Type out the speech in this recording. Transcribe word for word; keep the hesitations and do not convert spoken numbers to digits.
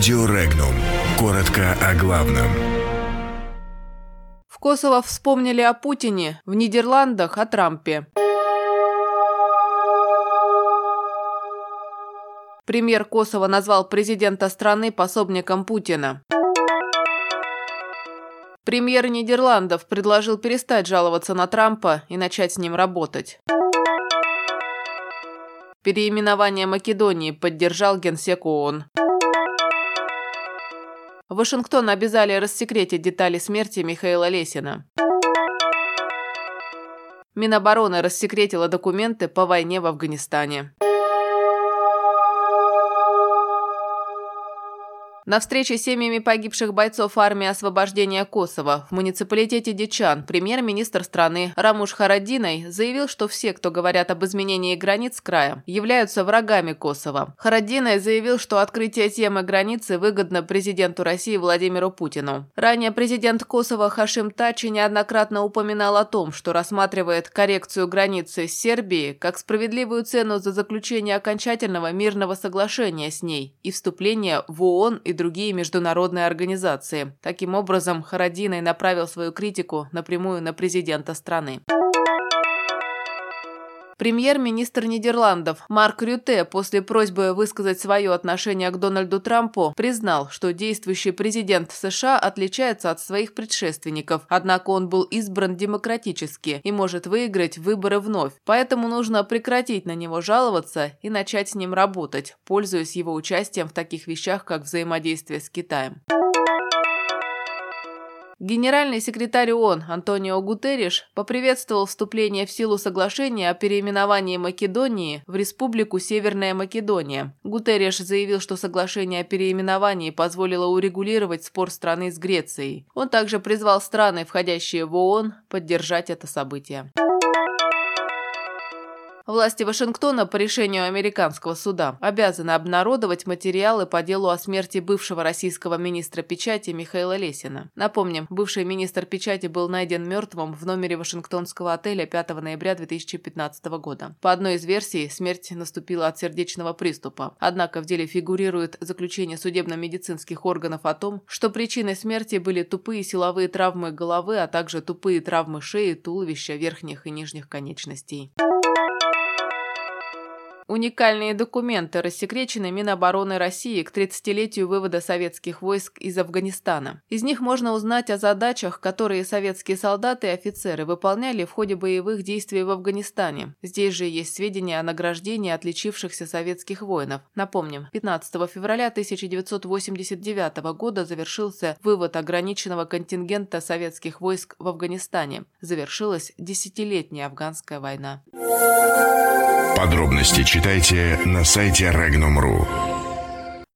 Радио Регнум. Коротко о главном. В Косово вспомнили о Путине, в Нидерландах о Трампе. Премьер Косово назвал президента страны пособником Путина. Премьер Нидерландов предложил перестать жаловаться на Трампа и начать с ним работать. Переименование Македонии поддержал генсек ООН. Вашингтон обязали рассекретить детали смерти Михаила Лесина. Минобороны рассекретила документы по войне в Афганистане. На встрече с семьями погибших бойцов армии освобождения Косово в муниципалитете Дичан премьер-министр страны Рамуш Харадинай заявил, что все, кто говорят об изменении границ края, являются врагами Косово. Харадинай заявил, что открытие темы границы выгодно президенту России Владимиру Путину. Ранее президент Косово Хашим Тачи неоднократно упоминал о том, что рассматривает коррекцию границы с Сербией как справедливую цену за заключение окончательного мирного соглашения с ней и вступление в ООН и другие международные организации. Таким образом, Харадинай направил свою критику напрямую на президента страны. Премьер-министр Нидерландов Марк Рюте после просьбы высказать свое отношение к Дональду Трампу признал, что действующий президент США отличается от своих предшественников, однако он был избран демократически и может выиграть выборы вновь, поэтому нужно прекратить на него жаловаться и начать с ним работать, пользуясь его участием в таких вещах, как взаимодействие с Китаем. Генеральный секретарь ООН Антонио Гутерриш поприветствовал вступление в силу соглашения о переименовании Македонии в Республику Северная Македония. Гутерриш заявил, что соглашение о переименовании позволило урегулировать спор страны с Грецией. Он также призвал страны, входящие в ООН, поддержать это событие. Власти Вашингтона по решению американского суда обязаны обнародовать материалы по делу о смерти бывшего российского министра печати Михаила Лесина. Напомним, бывший министр печати был найден мертвым в номере вашингтонского отеля пятого ноября две тысячи пятнадцатого года. По одной из версий, смерть наступила от сердечного приступа. Однако в деле фигурирует заключение судебно-медицинских органов о том, что причиной смерти были тупые силовые травмы головы, а также тупые травмы шеи, туловища, верхних и нижних конечностей. Уникальные документы рассекречены Минобороны России к тридцатилетию вывода советских войск из Афганистана. Из них можно узнать о задачах, которые советские солдаты и офицеры выполняли в ходе боевых действий в Афганистане. Здесь же есть сведения о награждении отличившихся советских воинов. Напомним, пятнадцатого февраля тысяча девятьсот восемьдесят девятого года завершился вывод ограниченного контингента советских войск в Афганистане. Завершилась десятилетняя афганская война. Подробности читайте на сайте регнум точка ру.